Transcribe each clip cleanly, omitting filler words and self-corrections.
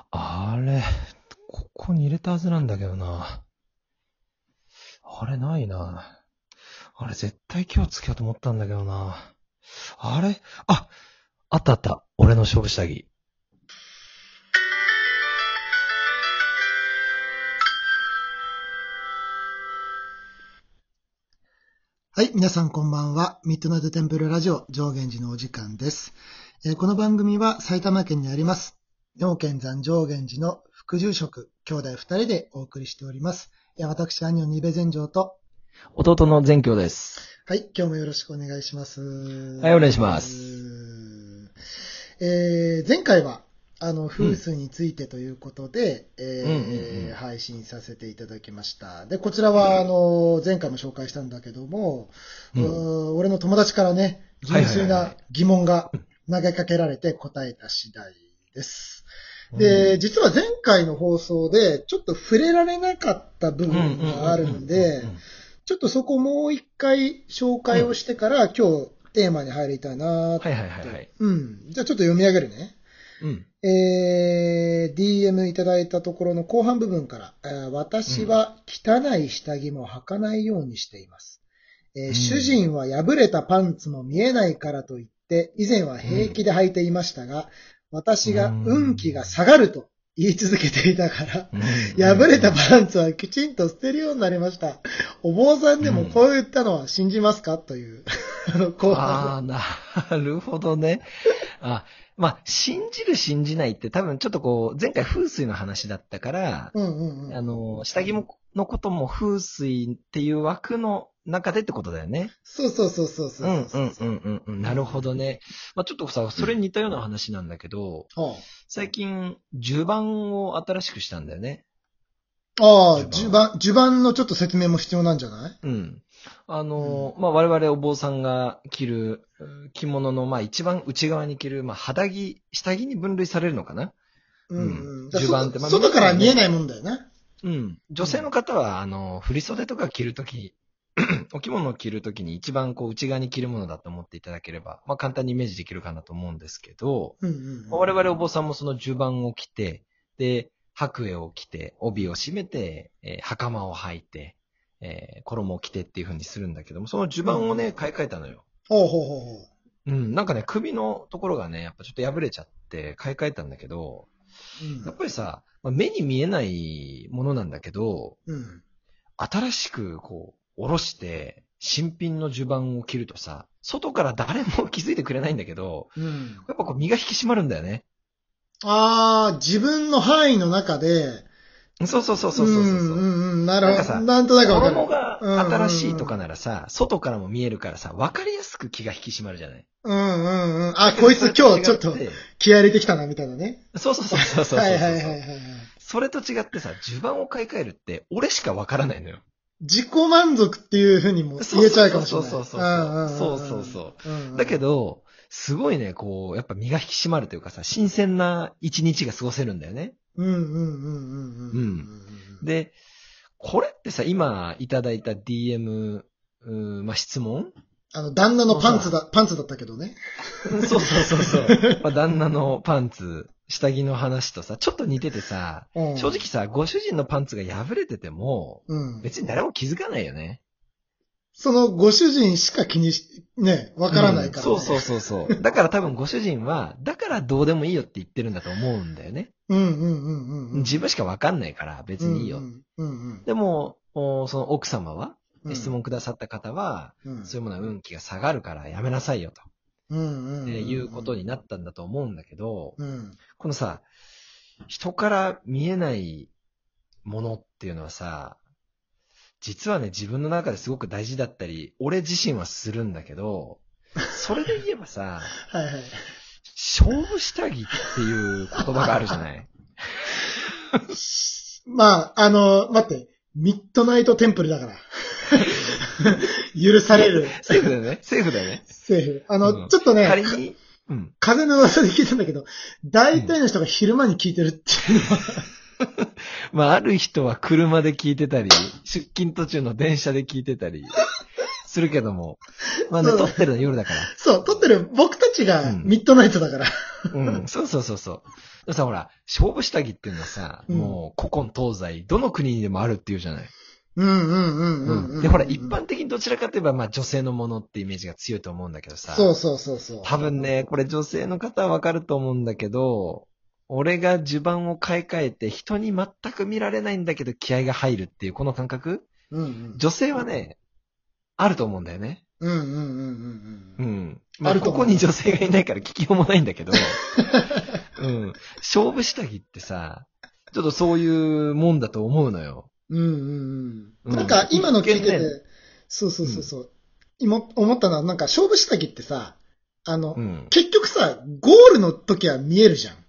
あれ、ここに入れたはずなんだけどな。あれないな。あれ絶対今日つけようと思ったんだけどな。あれあったあった。俺の勝負下着。 はい、皆さんこんばんは。ミッドナイトテンプルラジオ上元寺のお時間です。この番組は埼玉県にあります、妙見山上元寺の副住職、兄弟二人でお送りしております。私、兄の二部禅城と、 弟の善教です。 はい、今日もよろしくお願いします。 はい、お願いします。 前回は、風水についてということで、配信させていただきました。で、こちらは、前回も紹介したんだけども、俺の友達からね、純粋な疑問が投げかけられて答えた次第です。で、実は前回の放送で、ちょっと触れられなかった部分があるんで、ちょっとそこをもう一回紹介をしてから、今日テーマに入りたいなと。じゃあちょっと読み上げるね。DM いただいたところの後半部分から、私は汚い下着も履かないようにしています。主人は破れたパンツも見えないからといって、以前は平気で履いていましたが、私が運気が下がると言い続けていたから、破れたパンツはきちんと捨てるようになりました。お坊さんでもこう言ったのは信じますかという。 なるほどね。信じる信じないって多分ちょっとこう、前回風水の話だったから、下着のことも風水っていう枠の中でってことだよね。 そう。 なるほどね。ちょっとさ、それに似たような話なんだけど、最近、襦袢を新しくしたんだよね。 襦袢のちょっと説明も必要なんじゃない？ 我々お坊さんが着る着物の、一番内側に着る、肌着、下着に分類されるのかな？ 襦袢って、外から見えないもんだよね。 女性の方は、振袖とか着るとき、お着物を着るときに一番こう内側に着るものだと思っていただければ、簡単にイメージできるかなと思うんですけど、我々お坊さんもその襦袢を着て、で、白衣を着て、帯を締めて、袴を履いて、衣を着てっていう風にするんだけども、その襦袢をね、買い替えたのよ。なんかね、首のところがね、やっぱちょっと破れちゃって買い替えたんだけど、やっぱりさ、目に見えないものなんだけど、新しくこう、下ろして、新品の襦袢を着るとさ、外から誰も気づいてくれないんだけど、やっぱこう身が引き締まるんだよね。 自分の範囲の中で、 そう。 なるほど。 さ、 なんとなくわかる。 衣が新しいとかならさ、外からも見えるからさ、わかりやすく気が引き締まるじゃない。 こいつ今日ちょっと気合入れてきたな、みたいなね。 そう。 はい。 それと違ってさ、襦袢を買い替えるって、俺しかわからないのよ。 自己満足っていう風にも言えちゃうかもしれない。 そう。だけど、すごいね、こう、やっぱ身が引き締まるというかさ、新鮮な一日が過ごせるんだよね。で、これってさ、今いただいた DM、質問？ 旦那のパンツだったけどね。 そう。旦那のパンツ、下着の話とさ、ちょっと似ててさ、正直さ、ご主人のパンツが破れてても、別に誰も気づかないよね。 そのご主人しかわからないから、ね。 そう。だから多分ご主人は、だからどうでもいいよって言ってるんだと思うんだよね。自分しかわかんないから別にいいよ。でも、その奥様は、質問くださった方は、そういうものは運気が下がるからやめなさいよと。いうことになったんだと思うんだけど、このさ、人から見えないものっていうのはさ、実はね、自分の中ですごく大事だったり、俺自身はするんだけど、それで言えばさ、勝負下着っていう言葉があるじゃない。 待って、ミッドナイトテンプルだから。許される。 セーフだよね。セーフ。 ちょっとね、 仮に、 風の噂で聞いたんだけど、大体の人が昼間に聞いてるっていうのは。 ある人は車で聞いてたり、出勤途中の電車で聞いてたり、 するけども。まあね、撮ってるの夜だから。 そう、撮ってる僕たちがミッドナイトだから。 そうそうそうそう。でもさ、ほら、勝負下着っていうのはさ、もう古今東西、どの国にでもあるっていうじゃない。で、ほら、一般的にどちらかといえば、まあ女性のものってイメージが強いと思うんだけどさ。 そうそうそうそう。 多分ね、これ女性の方はわかると思うんだけど、俺が襦袢を買い替えて人に全く見られないんだけど気合が入るっていうこの感覚、女性はね、あると思うんだよね。まあ、ここに女性がいないから聞きようもないんだけど、勝負下着ってさ、ちょっとそういうもんだと思うのよ。 なんか今の聞いてて、そう。今思ったのは、なんか勝負下着ってさ、結局さ、ゴールの時は見えるじゃん。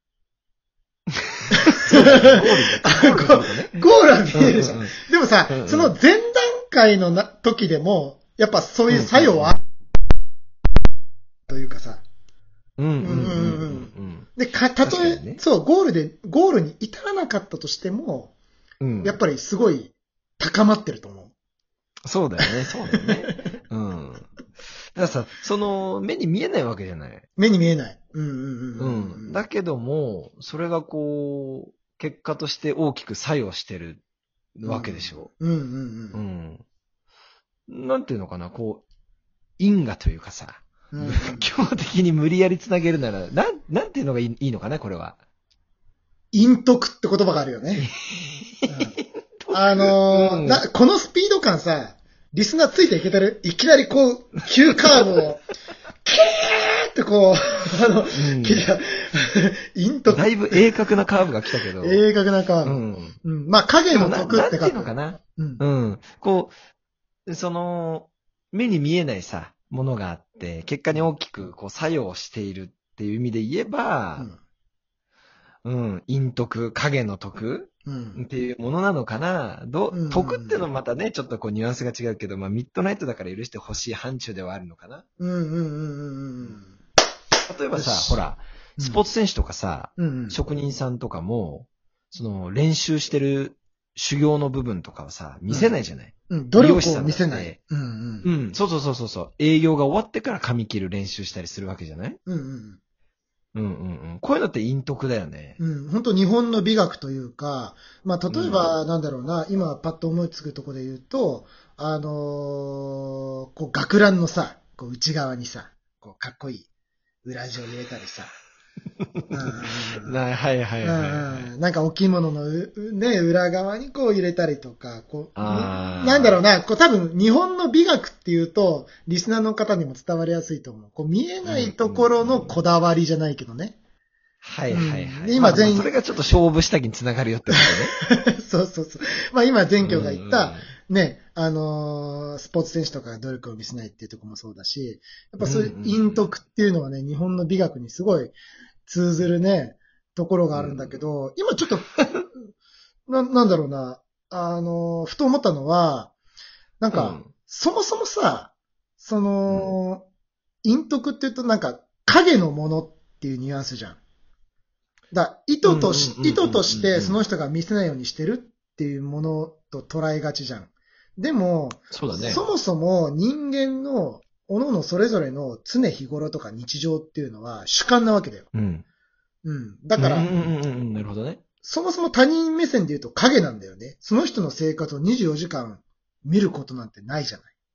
ゴールは見えるじゃん。でもさ、その前段階の時でも、やっぱそういう作用はある。というかさ。で、たとえ、そう、ゴールに至らなかったとしても、やっぱりすごい高まってると思う。 そうだよね。だからさ、その、目に見えないわけじゃない。 目に見えない。 だけども、それがこう、結果として大きく作用してるわけでしょ。なんていうのかな、こう、因果というかさ、仏教的に無理やりつなげるなら、なんていうのがいいのかな、これは。 陰徳って言葉があるよね。このスピード感さ、リスナーついていけてる？いきなりこう、急カーブを、キーってこう、陰徳。 だいぶ鋭角なカーブが来たけど。 鋭角なカーブ。まあ、影の徳ってなんていうのかな。こう、その、目に見えないさ、ものがあって、結果に大きくこう作用しているっていう意味で言えば、陰徳、影の徳っていうものなのかな。徳ってのはまたね、ちょっとこうニュアンスが違うけど、まあミッドナイトだから許してほしい範疇ではあるのかな。例えばさ、ほら、スポーツ選手とかさ、職人さんとかも、その練習してる修行の部分とかはさ、見せないじゃない。 努力を見せない。 そう。営業が終わってから髪切る練習したりするわけじゃない。こういうのって陰徳だよね。 本当日本の美学というか、まあ、例えば、なんだろうな、今パッと思いつくところで言うと、こう、学ランのさ、こう内側にさ、こう、かっこいい裏地を入れたりさ。なんかお着物のね、裏側にこう入れたりとか、こう、なんだろうな、こう多分日本の美学っていうと、リスナーの方にも伝わりやすいと思う。こう見えないところのこだわりじゃないけどね。今それがちょっと勝負下着につながるよってことね。 そう。まあ今前教が言った、ね、スポーツ選手とかが努力を見せないっていうところもそうだし、やっぱそういう陰徳っていうのはね、日本の美学にすごい通ずるね、ところがあるんだけど、今ちょっと、なんだろうな、ふと思ったのは、なんか、そもそもさ、その、陰徳って言うとなんか、影のものっていうニュアンスじゃん。意図としてその人が見せないようにしてるっていうものと捉えがちじゃん。でも、そもそも人間の各々それぞれの常日頃とか日常っていうのは主観なわけだよ。だから、 なるほどね。 そもそも他人目線で言うと影なんだよね。その人の生活を24時間見ることなんてないじゃ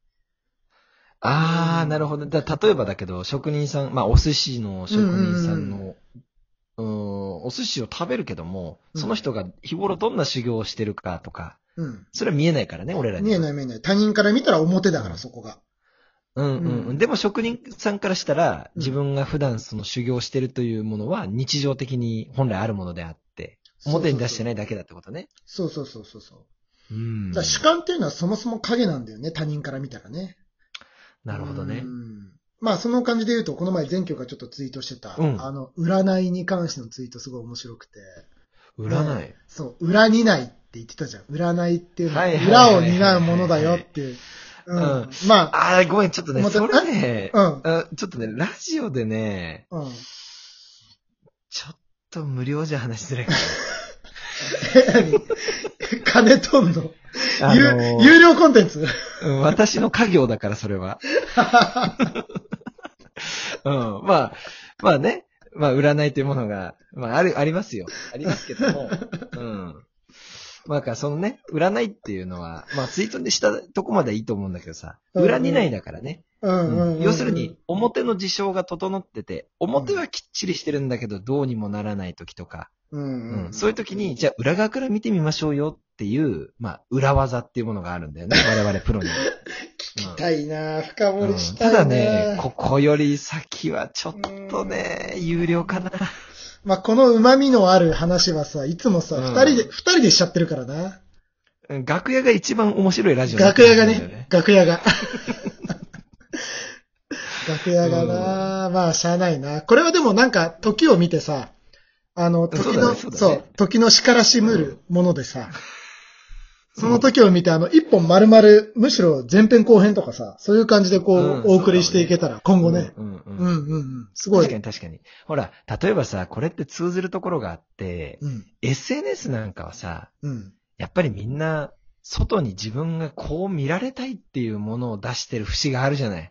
ない。なるほど。例えばだけど、職人さん、まあお寿司の職人さんの、お寿司を食べるけども、その人が日頃どんな修行をしてるかとか、それは見えないからね、俺らに。 見えない。他人から見たら表だから、そこが。 でも職人さんからしたら、自分が普段その修行してるというものは日常的に本来あるものであって、表に出してないだけだってことね。 そう。だ主観っていうのはそもそも影なんだよね、他人から見たらね。 なるほどね。 まあその感じで言うと、この前前教がちょっとツイートしてた、占いに関してのツイートすごい面白くて。 占い、 そう、裏担いって言ってたじゃん。占いっていうのは裏を担うものだよっていう。まあ、ごめん、ちょっとね、それね、ちょっとね、ラジオでね、ちょっと無料じゃ話しづらいから。 金とんの有料コンテンツ私の家業だから、それは。うん。まあね。まあ、占いというものが、まあ、ありますよ。ありますけども。うん。まあ、そのね、占いっていうのは、まあ、ツイートにしたとこまではいいと思うんだけどさ、裏担いだからね。要するに、表の事象が整ってて、表はきっちりしてるんだけど、どうにもならない時とか、そういう時に、じゃあ裏側から見てみましょうよっていう、まあ、裏技っていうものがあるんだよね。我々プロには。 聞きたいな、深掘りしたいな、 ただね、ここより先はちょっとね、有料かな。 まあ、この旨味のある話はさ、いつもさ、二人でしちゃってるからな。 楽屋が一番面白いラジオ、 楽屋がね、楽屋が。楽屋がな、まあ、しゃあないな。これはでもなんか、時を見てさ、時のしからしむるものでさ、その時を見て、一本丸々、むしろ前編後編とかさ、そういう感じでお送りしていけたら、今後ね。すごい。 確かに。ほら、例えばさ、これって通ずるところがあって、SNS なんかはさ、やっぱりみんな、外に自分がこう見られたいっていうものを出してる節があるじゃない。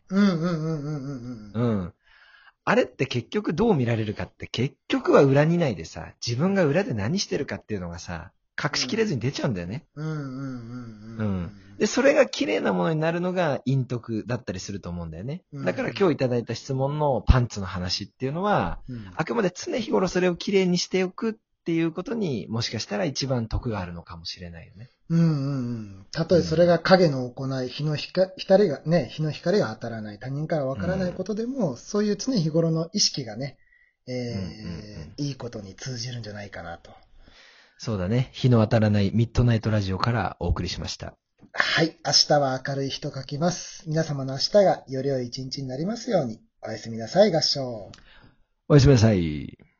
あれって結局どう見られるかって結局は裏にないでさ、自分が裏で何してるかっていうのがさ、隠しきれずに出ちゃうんだよね。で、それが綺麗なものになるのが陰徳だったりすると思うんだよね。だから今日いただいた質問のパンツの話っていうのは、あくまで常日頃それを綺麗にしておくっていうことにもしかしたら一番得があるのかもしれないよね。 たとえそれが影の行い、日の光が当たらない、他人からわからないことでも、そういう常日頃の意識がね、いいことに通じるんじゃないかなと。 そうだね。日の当たらないミッドナイトラジオからお送りしました。 はい。明日は明るい日と書きます。皆様の明日がより良い一日になりますように。おやすみなさい、合唱。 おやすみなさい。